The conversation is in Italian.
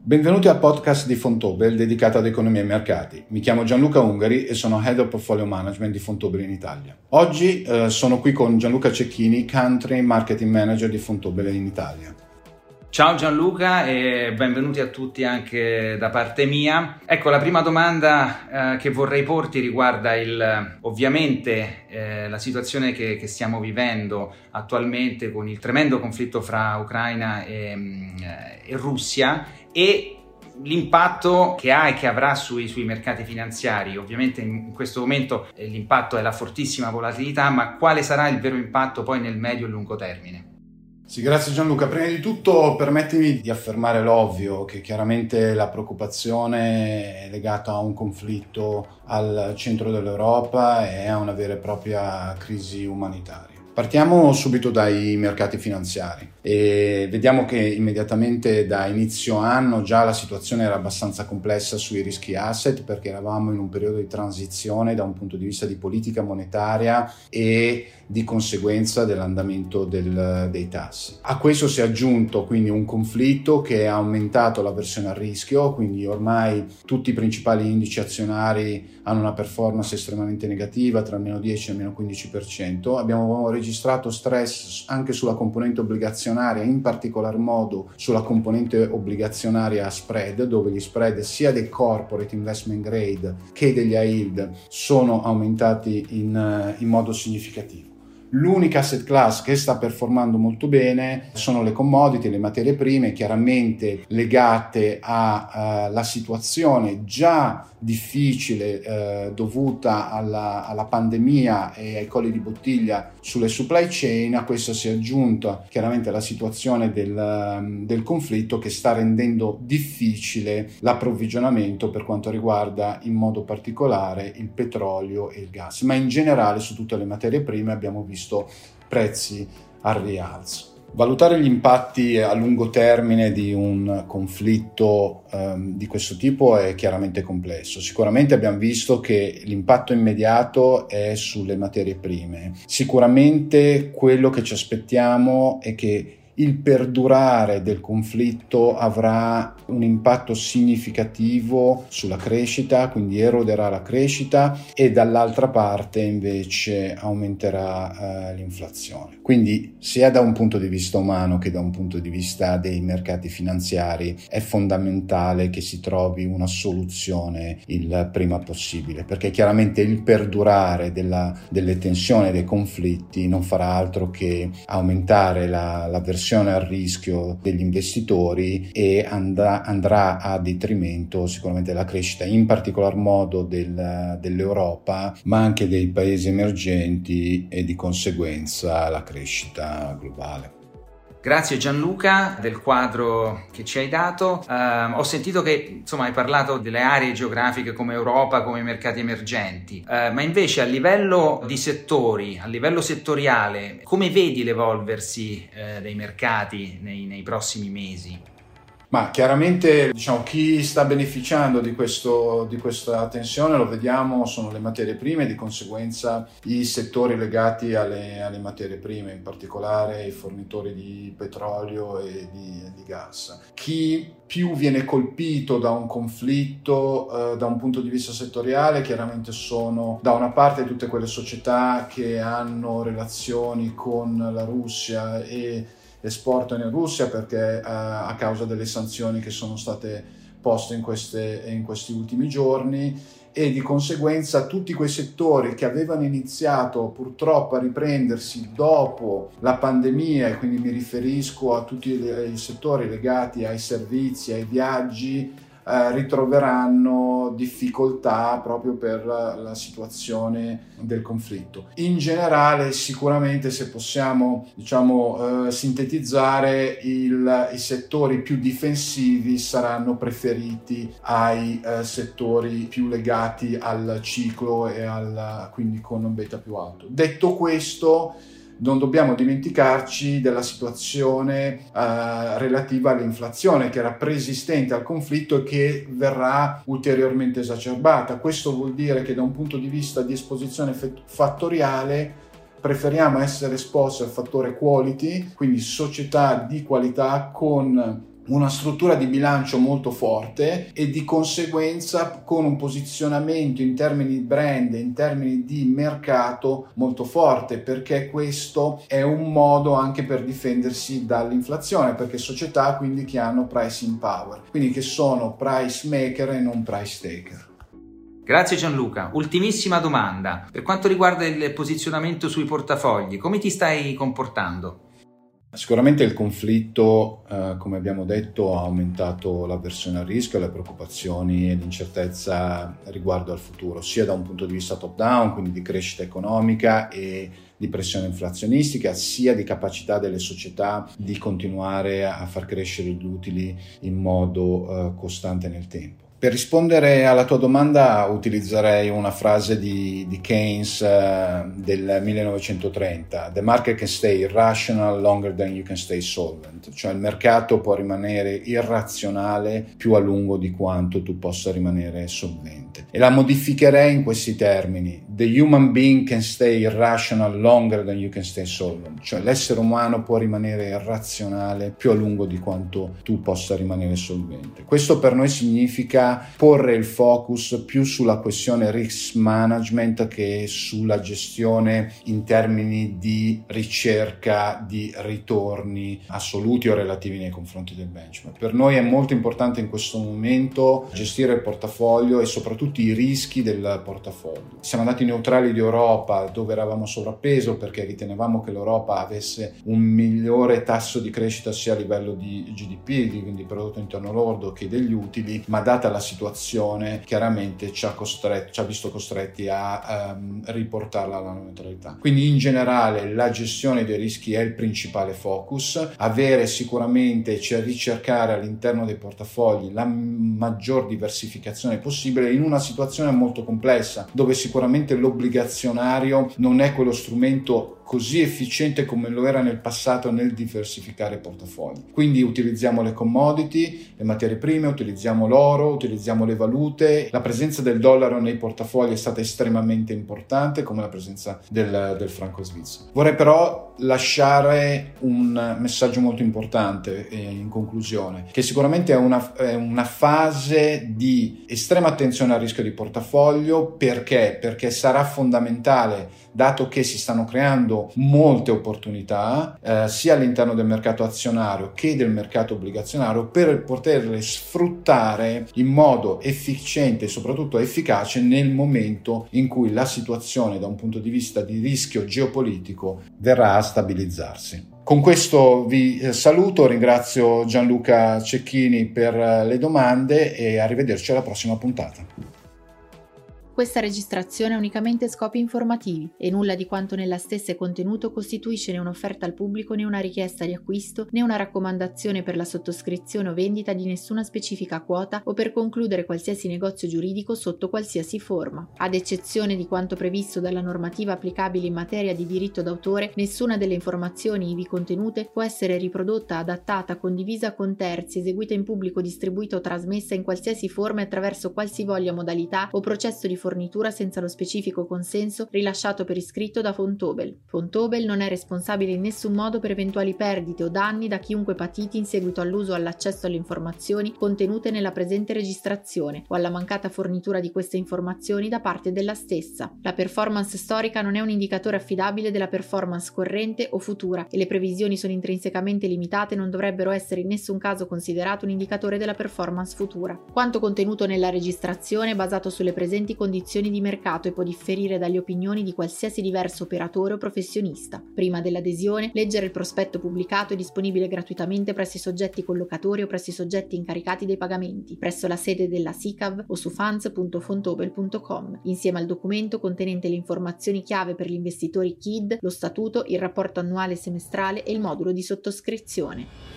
Benvenuti al podcast di Fontobel dedicato ad economia e mercati. Mi chiamo Gianluca Ungari e sono Head of Portfolio Management di Fontobel in Italia. Oggi sono qui con Gianluca Cecchini, Country Marketing Manager di Fontobel in Italia. Ciao Gianluca e benvenuti a tutti anche da parte mia. Ecco, la prima domanda che vorrei porti riguarda ovviamente la situazione che stiamo vivendo attualmente con il tremendo conflitto fra Ucraina e Russia e l'impatto che ha e che avrà sui mercati finanziari. Ovviamente in questo momento l'impatto è la fortissima volatilità, ma quale sarà il vero impatto poi nel medio e lungo termine? Sì, grazie Gianluca. Prima di tutto permettimi di affermare l'ovvio, che chiaramente la preoccupazione è legata a un conflitto al centro dell'Europa e a una vera e propria crisi umanitaria. Partiamo subito dai mercati finanziari e vediamo che immediatamente da inizio anno già la situazione era abbastanza complessa sui rischi asset, perché eravamo in un periodo di transizione da un punto di vista di politica monetaria e di conseguenza dell'andamento dei tassi. A questo si è aggiunto quindi un conflitto che ha aumentato l'avversione al rischio, quindi ormai tutti i principali indici azionari hanno una performance estremamente negativa, tra il meno 10 e il meno 15%. Abbiamo registrato stress anche sulla componente obbligazionaria, in particolar modo sulla componente obbligazionaria a spread, dove gli spread sia dei corporate investment grade che degli high yield sono aumentati in modo significativo. L'unica asset class che sta performando molto bene sono le commodity, le materie prime, chiaramente legate alla situazione già difficile dovuta alla pandemia e ai colli di bottiglia sulle supply chain. A questo si è aggiunta chiaramente la situazione del conflitto, che sta rendendo difficile l'approvvigionamento per quanto riguarda in modo particolare il petrolio e il gas, ma in generale su tutte le materie prime abbiamo visto prezzi al rialzo. Valutare gli impatti a lungo termine di un conflitto di questo tipo è chiaramente complesso. Sicuramente abbiamo visto che l'impatto immediato è sulle materie prime. Sicuramente quello che ci aspettiamo è che il perdurare del conflitto avrà un impatto significativo sulla crescita, quindi eroderà la crescita, e dall'altra parte invece aumenterà l'inflazione. Quindi sia da un punto di vista umano che da un punto di vista dei mercati finanziari è fondamentale che si trovi una soluzione il prima possibile, perché chiaramente il perdurare delle tensioni, dei conflitti non farà altro che aumentare l'avversione al rischio degli investitori e andrà a detrimento sicuramente della crescita, in particolar modo dell'Europa, ma anche dei paesi emergenti e di conseguenza la crescita globale. Grazie Gianluca del quadro che ci hai dato. Ho sentito che hai parlato delle aree geografiche come Europa, come mercati emergenti, ma invece a livello di settori, a livello settoriale, come vedi l'evolversi dei mercati nei prossimi mesi? Ma chiaramente chi sta beneficiando di questa tensione lo vediamo sono le materie prime, di conseguenza i settori legati alle materie prime, in particolare i fornitori di petrolio e di gas. Chi più viene colpito da un conflitto da un punto di vista settoriale chiaramente sono da una parte tutte quelle società che hanno relazioni con la Russia e esportano in Russia, perché a causa delle sanzioni che sono state poste in questi ultimi giorni, e di conseguenza tutti quei settori che avevano iniziato purtroppo a riprendersi dopo la pandemia, e quindi mi riferisco a tutti i settori legati ai servizi, ai viaggi, ritroveranno difficoltà proprio per la situazione del conflitto. In generale, sicuramente, se possiamo sintetizzare, i settori più difensivi saranno preferiti ai settori più legati al ciclo e quindi con un beta più alto. Detto questo, non dobbiamo dimenticarci della situazione relativa all'inflazione, che era preesistente al conflitto e che verrà ulteriormente esacerbata. Questo vuol dire che da un punto di vista di esposizione fattoriale preferiamo essere esposti al fattore quality, quindi società di qualità con una struttura di bilancio molto forte e di conseguenza con un posizionamento in termini di brand, in termini di mercato molto forte, perché questo è un modo anche per difendersi dall'inflazione, perché società quindi che hanno pricing power, quindi che sono price maker e non price taker. Grazie Gianluca. Ultimissima domanda. Per quanto riguarda il posizionamento sui portafogli, come ti stai comportando? Sicuramente il conflitto, come abbiamo detto, ha aumentato l'avversione al rischio, le preoccupazioni e l'incertezza riguardo al futuro, sia da un punto di vista top-down, quindi di crescita economica e di pressione inflazionistica, sia di capacità delle società di continuare a far crescere gli utili in modo costante nel tempo. Per rispondere alla tua domanda utilizzerei una frase di Keynes del 1930: "The market can stay irrational longer than you can stay solvent", cioè il mercato può rimanere irrazionale più a lungo di quanto tu possa rimanere solvente. E la modificherei in questi termini: "The human being can stay irrational longer than you can stay solvent", cioè l'essere umano può rimanere irrazionale più a lungo di quanto tu possa rimanere solvente. Questo per noi significa porre il focus più sulla questione risk management che sulla gestione in termini di ricerca di ritorni assoluti o relativi nei confronti del benchmark. Per noi è molto importante in questo momento gestire il portafoglio e soprattutto i rischi del portafoglio. Siamo andati neutrali di Europa, dove eravamo sovrappeso perché ritenevamo che l'Europa avesse un migliore tasso di crescita sia a livello di GDP, quindi prodotto interno lordo, che degli utili, ma data la situazione chiaramente ci ha visto costretti a riportarla alla neutralità. Quindi in generale la gestione dei rischi è il principale focus, avere sicuramente, cioè ricercare all'interno dei portafogli la maggior diversificazione possibile in una situazione molto complessa, dove sicuramente l'obbligazionario non è quello strumento così efficiente come lo era nel passato nel diversificare i portafogli. Quindi utilizziamo le commodity, le materie prime, utilizziamo l'oro, utilizziamo le valute. La presenza del dollaro nei portafogli è stata estremamente importante, come la presenza del franco svizzero. Vorrei però lasciare un messaggio molto importante in conclusione, che sicuramente è una fase di estrema attenzione al rischio di portafoglio. Perché sarà fondamentale, dato che si stanno creando molte opportunità sia all'interno del mercato azionario che del mercato obbligazionario, per poterle sfruttare in modo efficiente e soprattutto efficace nel momento in cui la situazione da un punto di vista di rischio geopolitico verrà a stabilizzarsi. Con questo vi saluto, ringrazio Gianluca Cecchini per le domande e arrivederci alla prossima puntata. Questa registrazione ha unicamente scopi informativi e nulla di quanto nella stessa è contenuto costituisce né un'offerta al pubblico né una richiesta di acquisto né una raccomandazione per la sottoscrizione o vendita di nessuna specifica quota o per concludere qualsiasi negozio giuridico sotto qualsiasi forma. Ad eccezione di quanto previsto dalla normativa applicabile in materia di diritto d'autore, nessuna delle informazioni ivi contenute può essere riprodotta, adattata, condivisa con terzi, eseguita in pubblico, distribuita o trasmessa in qualsiasi forma e attraverso qualsivoglia modalità o processo di fornitura senza lo specifico consenso rilasciato per iscritto da Vontobel. Vontobel non è responsabile in nessun modo per eventuali perdite o danni da chiunque patiti in seguito all'uso o all'accesso alle informazioni contenute nella presente registrazione o alla mancata fornitura di queste informazioni da parte della stessa. La performance storica non è un indicatore affidabile della performance corrente o futura e le previsioni sono intrinsecamente limitate e non dovrebbero essere in nessun caso considerato un indicatore della performance futura. Quanto contenuto nella registrazione è basato sulle presenti condizioni di mercato e può differire dalle opinioni di qualsiasi diverso operatore o professionista. Prima dell'adesione, leggere il prospetto pubblicato è disponibile gratuitamente presso i soggetti collocatori o presso i soggetti incaricati dei pagamenti, presso la sede della SICAV o su funds.fontobel.com, insieme al documento contenente le informazioni chiave per gli investitori KID, lo statuto, il rapporto annuale e semestrale e il modulo di sottoscrizione.